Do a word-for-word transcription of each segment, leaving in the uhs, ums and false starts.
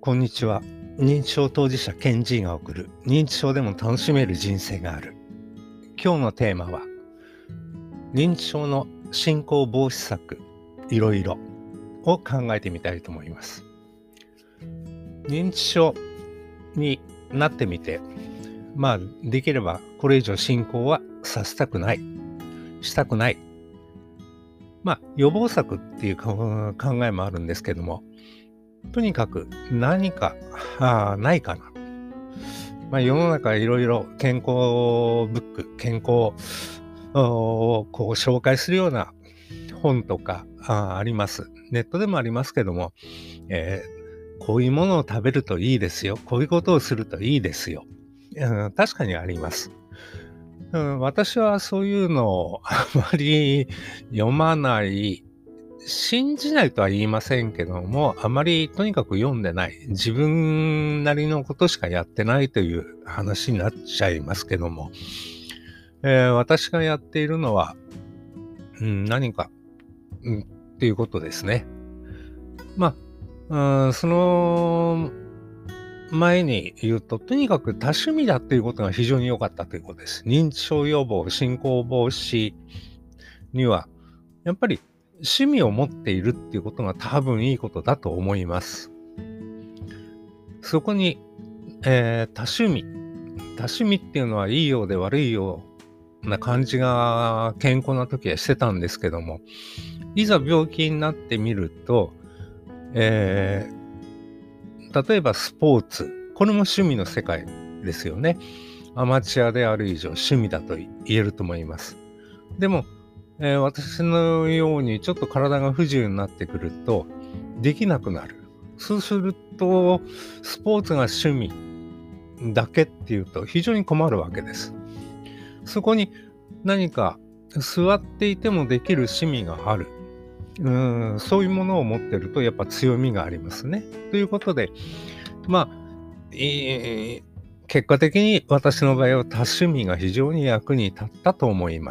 こんにちは。認知症当事者ケンジーが送る認知症でも楽しめる人生がある。今日のテーマは認知症の進行防止策いろいろを考えてみたいと思います。認知症になってみて、まあできればこれ以上進行はさせたくない、したくない。まあ予防策っていう考えもあるんですけども、とにかく何かあないかな。まあ、世の中いろいろ健康ブック、健康をこう紹介するような本とか あ, あります。ネットでもありますけども、えー、こういうものを食べるといいですよ。こういうことをするといいですよ。うん、確かにあります。うん、私はそういうのをあまり読まない、信じないとは言いませんけども、あまりとにかく読んでない、自分なりのことしかやってないという話になっちゃいますけども、えー、私がやっているのは、うん、何か、うん、っていうことですね。まあ、うん、その前に言うと、とにかく多趣味だっていうことが非常に良かったということです。認知症予防、進行防止には、やっぱり趣味を持っているっていうことが多分いいことだと思います。そこに、えー、多趣味。多趣味っていうのはいいようで悪いような感じが健康な時はしてたんですけども、いざ病気になってみると、えー、例えばスポーツ。これも趣味の世界ですよね。アマチュアである以上趣味だと言えると思います。でも、えー、私のようにちょっと体が不自由になってくるとできなくなる。そうするとスポーツが趣味だけっていうと非常に困るわけです。そこに何か座っていてもできる趣味がある。うーん、そういうものを持ってるとやっぱ強みがありますね。ということで、まあ、えー、結果的に私の場合は多趣味が非常に役に立ったと思います。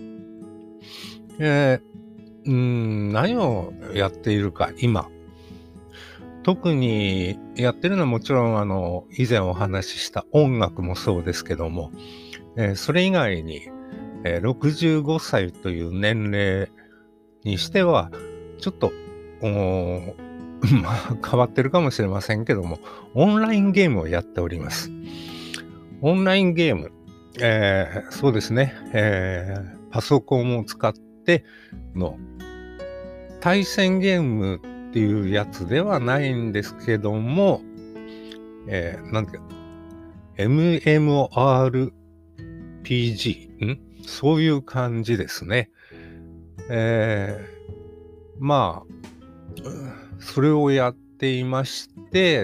えー、うーん、何をやっているか、今。特にやってるのはもちろん、あの、以前お話しした音楽もそうですけども、えー、それ以外に、えー、ろくじゅうごさいという年齢にしては、ちょっと、まあ、変わってるかもしれませんけども、オンラインゲームをやっております。オンラインゲーム、えー、そうですね、えー、パソコンを使っての対戦ゲームっていうやつではないんですけども、えー、なんていうか、エムエムオーアールピージー、んそういう感じですね。えー、まあ、それをやっていまして、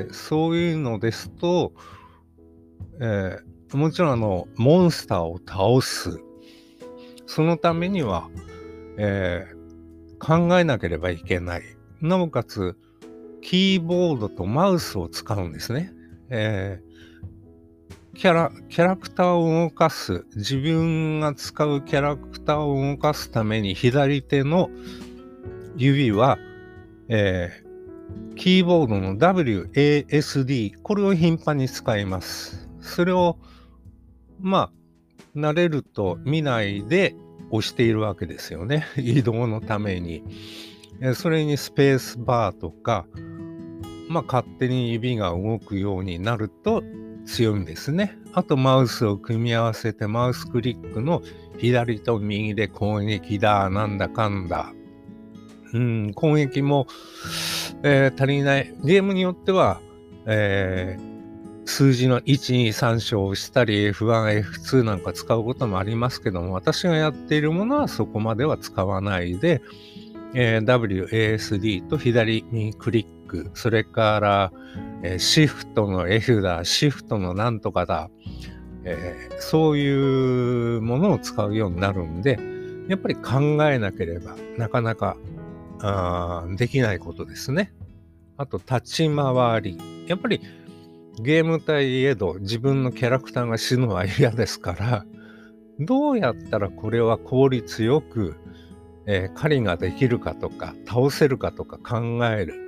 そういうのですと、えー、もちろんあの、モンスターを倒す。そのためには、えー、考えなければいけない。なおかつ、キーボードとマウスを使うんですね。えー、キャラ、キャラクターを動かす、自分が使うキャラクターを動かすために左手の指は、えー、キーボードの ダブリューエーエスディー、これを頻繁に使います。それを、まあ、慣れると見ないで押しているわけですよね。移動のために。それにスペースバーとか、まあ、勝手に指が動くようになると強いんですね。あとマウスを組み合わせてマウスクリックの左と右で攻撃だ、なんだかんだ。うん、攻撃も、えー、足りない。ゲームによっては、えー、数字のいち、に、さん章を押したり エフワン、エフツー なんか使うこともありますけども、私がやっているものはそこまでは使わないで、えー、ダブリューエーエスディー と左にクリック、それから、えー、シフトの F だ、シフトのなんとかだ、えー、そういうものを使うようになるんで、やっぱり考えなければなかなかあできないことですね。あと立ち回り。やっぱりゲーム対いえど自分のキャラクターが死ぬのは嫌ですから、どうやったらこれは効率よく、えー、狩りができるかとか倒せるかとか考える。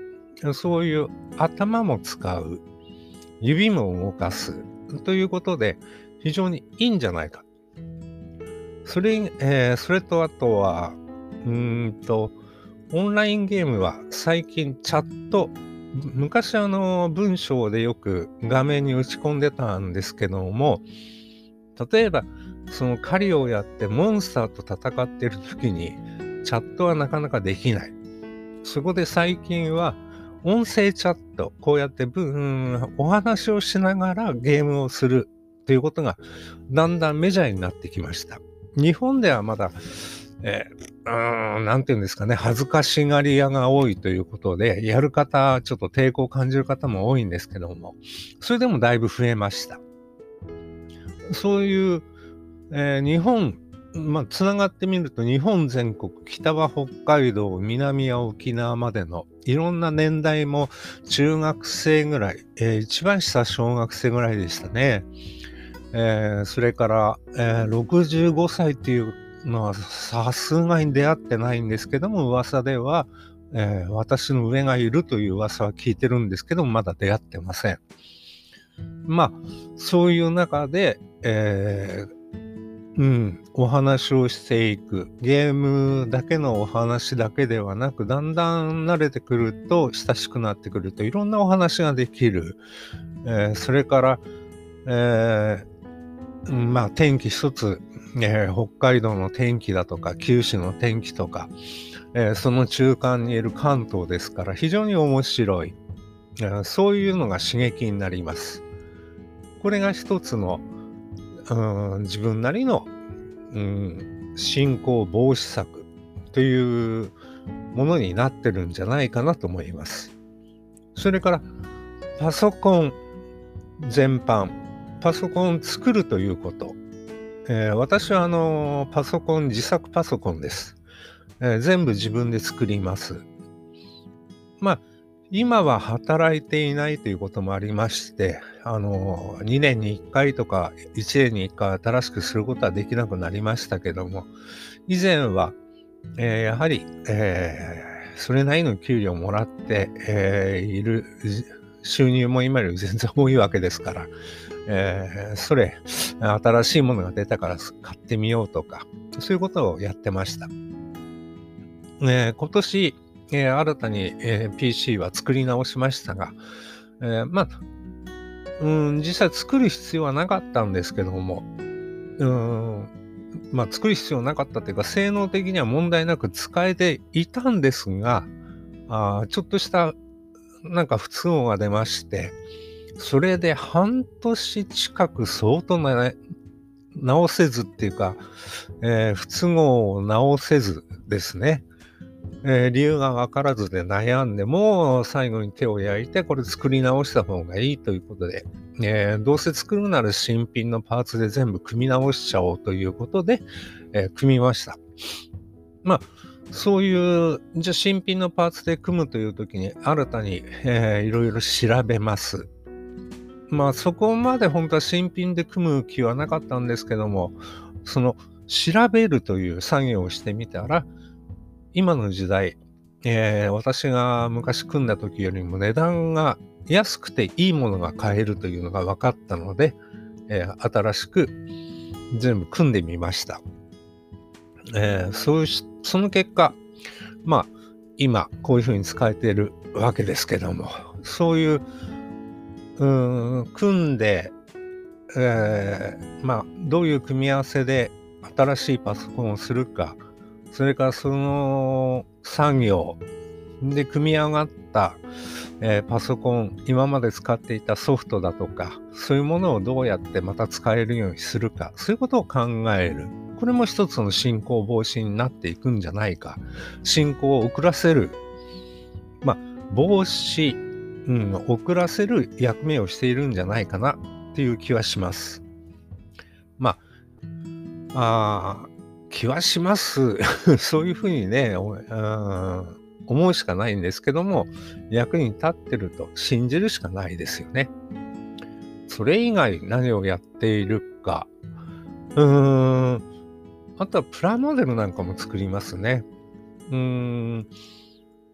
そういう頭も使う、指も動かすということで非常にいいんじゃないか。それ、えーそれとあとは、うーんと、オンラインゲームは最近チャット、昔あの文章でよく画面に打ち込んでたんですけども、例えばその狩りをやってモンスターと戦っている時にチャットはなかなかできない。そこで最近は音声チャット、こうやってぶんお話をしながらゲームをするということがだんだんメジャーになってきました。日本ではまだ、えー、うーん、なんていうんですかね、恥ずかしがり屋が多いということで、やる方、ちょっと抵抗を感じる方も多いんですけども、それでもだいぶ増えました。そういう、えー日本、まあ、つながってみると日本全国、北は北海道、南は沖縄までのいろんな年代も中学生ぐらい、えー一番下小学生ぐらいでしたね。えーそれから、えーろくじゅうごさいっていうのはさすがに出会ってないんですけども、噂では、えー私の上がいるという噂は聞いてるんですけども、まだ出会ってません。まあ、そういう中で、えーうん、お話をしていく。ゲームだけのお話だけではなく、だんだん慣れてくると、親しくなってくると、いろんなお話ができる。えーそれから、えーうんまあ、天気一つ、えー北海道の天気だとか、九州の天気とか、えーその中間にいる関東ですから、非常に面白い。えーそういうのが刺激になります。これが一つの、うん、自分なりの、うん、進行防止策というものになってるんじゃないかなと思います。それからパソコン全般、パソコン作るということ。えー私はあのパソコン、自作パソコンです。えー全部自分で作ります。まあ、今は働いていないということもありまして、あの、にねんにいっかいとかいちねんにいっかい新しくすることはできなくなりましたけども、以前は、えーやはり、えーそれなりの給料をもらって、えーいる、じ収入も今より全然多いわけですから、えーそれ、新しいものが出たから買ってみようとか、そういうことをやってました。えー今年、えー新たに、えー ピーシー は作り直しましたが、えーまあ、うん、実際作る必要はなかったんですけども、うん、まあ作る必要なかったというか、性能的には問題なく使えていたんですが、あーちょっとしたなんか不都合が出まして、それで半年近く相当な、直せずっていうか、えー不都合を直せずですね、えー理由がわからずで悩んでも、最後に手を焼いて、これ作り直した方がいいということで、えーどうせ作るなら新品のパーツで全部組み直しちゃおうということで、えー組みました。まあ、そういう、じゃあ新品のパーツで組むという時に新たに、えーいろいろ調べます。まあそこまで本当は新品で組む気はなかったんですけども、その調べるという作業をしてみたら、今の時代、えー私が昔組んだ時よりも値段が安くていいものが買えるというのが分かったので、えー新しく全部組んでみました。えーそうし、その結果、まあ、今こういうふうに使えているわけですけども、そういう、うーん、組んで、えーまあ、どういう組み合わせで新しいパソコンをするか、それからその作業で組み上がった、えーパソコン、今まで使っていたソフトだとか、そういうものをどうやってまた使えるようにするか、そういうことを考える。これも一つの進行防止になっていくんじゃないか。進行を遅らせる。まあ、防止、うん、遅らせる役目をしているんじゃないかなっていう気はします。まあ、あー気はします。そういうふうにね、おうん思うしかないんですけども、役に立ってると信じるしかないですよね。それ以外何をやっているか。うーん。あとはプラモデルなんかも作りますね。うーん。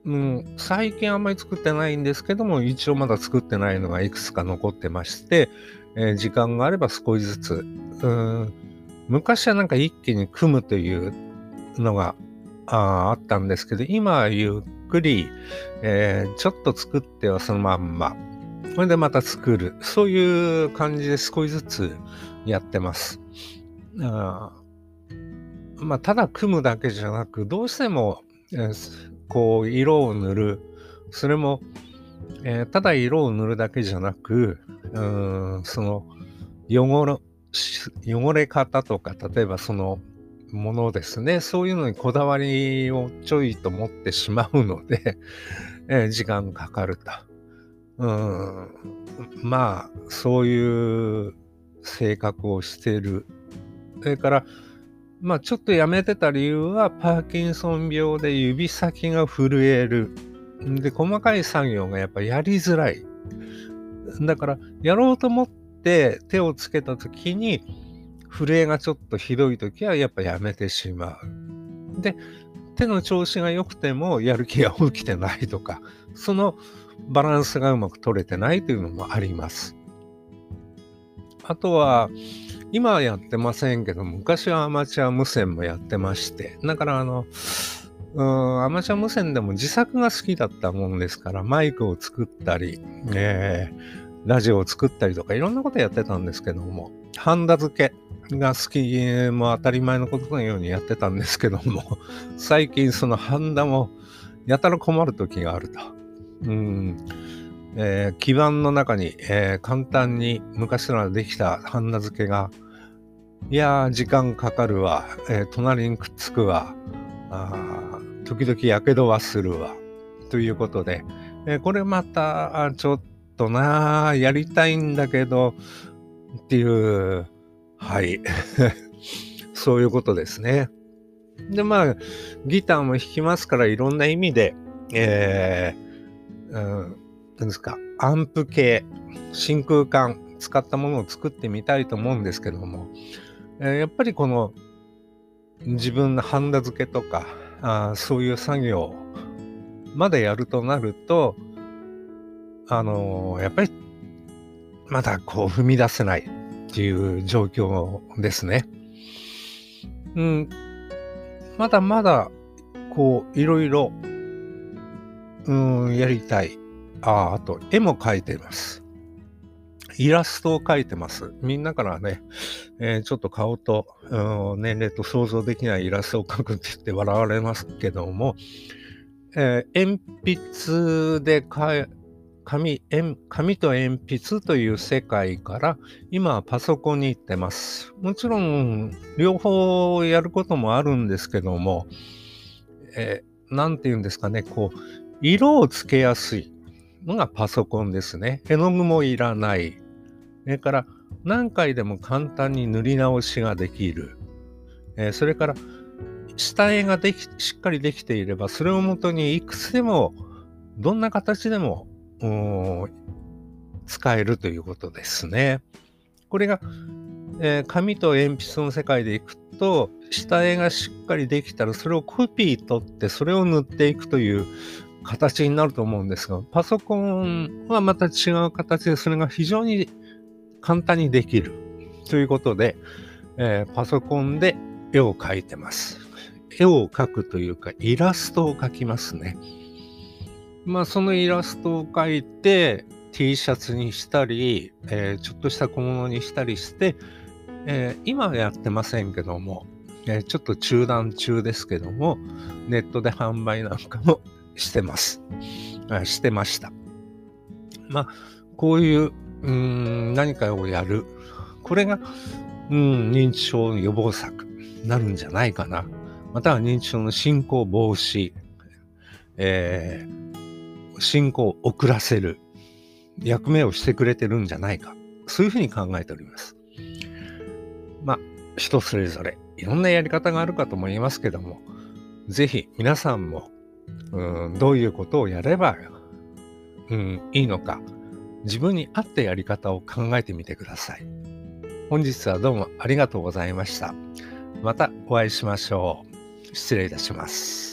うん、最近あんまり作ってないんですけども、一応まだ作ってないのがいくつか残ってまして、えー時間があれば少しずつ、うーん、昔はなんか一気に組むというのが、あーあったんですけど、今はゆっくり、えーちょっと作ってはそのまんま、それでまた作る。そういう感じで少しずつやってます。あーまあ、ただ組むだけじゃなく、どうしても、えーすこう、色を塗る。それも、えーただ色を塗るだけじゃなく、うーん、その、汚れし汚れ方とか、例えばそのものですね、そういうのにこだわりをちょいと持ってしまうので、えー時間かかると。うーん、まあ、そういう性格をしている。それから、まあ、ちょっとやめてた理由は、パーキンソン病で指先が震える。んで、細かい作業がやっぱやりづらい。だから、やろうと思って手をつけた時に、震えがちょっとひどい時はやっぱやめてしまう。で、手の調子が良くてもやる気が起きてないとか、そのバランスがうまく取れてないというのもあります。あとは、今はやってませんけど、昔はアマチュア無線もやってまして、だからあの、うーん、アマチュア無線でも自作が好きだったもんですから、マイクを作ったり、えーラジオを作ったりとかいろんなことやってたんですけども、ハンダ付けが好きも当たり前のことのようにやってたんですけども、最近そのハンダもやたら困る時があると。うんえー基板の中に、えー簡単に昔ならできたハンダ付けが、いやー、時間かかるわ、えー隣にくっつくわ、あー時々やけどはするわ、ということで、えーこれまた、あちょっとなー、やりたいんだけど、っていう、はい、そういうことですね。で、まあ、ギターも弾きますから、いろんな意味で、えー、うん、なんですか、アンプ系、真空管使ったものを作ってみたいと思うんですけども、えーやっぱりこの自分のハンダ付けとか、あーそういう作業までやるとなると、あのーやっぱりまだこう踏み出せないっていう状況ですね。うん、まだまだこういろいろ、うん、やりたい。ああ、あと絵も描いてます。イラストを描いてます。みんなからね、えーちょっと顔と、うん、年齢と想像できないイラストを描くって言って笑われますけども、えー鉛筆でかえ紙鉛紙と鉛筆という世界から今はパソコンに行ってます。もちろん両方やることもあるんですけども、えーなんて言うんですかね、こう色をつけやすいのがパソコンですね。絵の具もいらない。それから何回でも簡単に塗り直しができる。えーそれから下絵ができしっかりできていれば、それをもとにいくつでもどんな形でもうーん使えるということですね。これが、えー紙と鉛筆の世界でいくと、下絵がしっかりできたら、それをコピー取って、それを塗っていくという形になると思うんですが、パソコンはまた違う形で、それが非常に簡単にできるということで、えーパソコンで絵を描いてます。絵を描くというか、イラストを描きますね。まあ、そのイラストを描いて、T シャツにしたり、えーちょっとした小物にしたりして、えー今はやってませんけども、えーちょっと中断中ですけども、ネットで販売なんかもしてます。あしてました。まあ、こういう、うーん、何かをやる。これが、うん、認知症の予防策になるんじゃないかな。または認知症の進行防止、えー進行を遅らせる役目をしてくれてるんじゃないか。そういうふうに考えております。まあ、人それぞれいろんなやり方があるかと思いますけども、ぜひ皆さんも、うん、どういうことをやれば、うん、いいのか、自分に合ったやり方を考えてみてください。本日はどうもありがとうございました。またお会いしましょう。失礼いたします。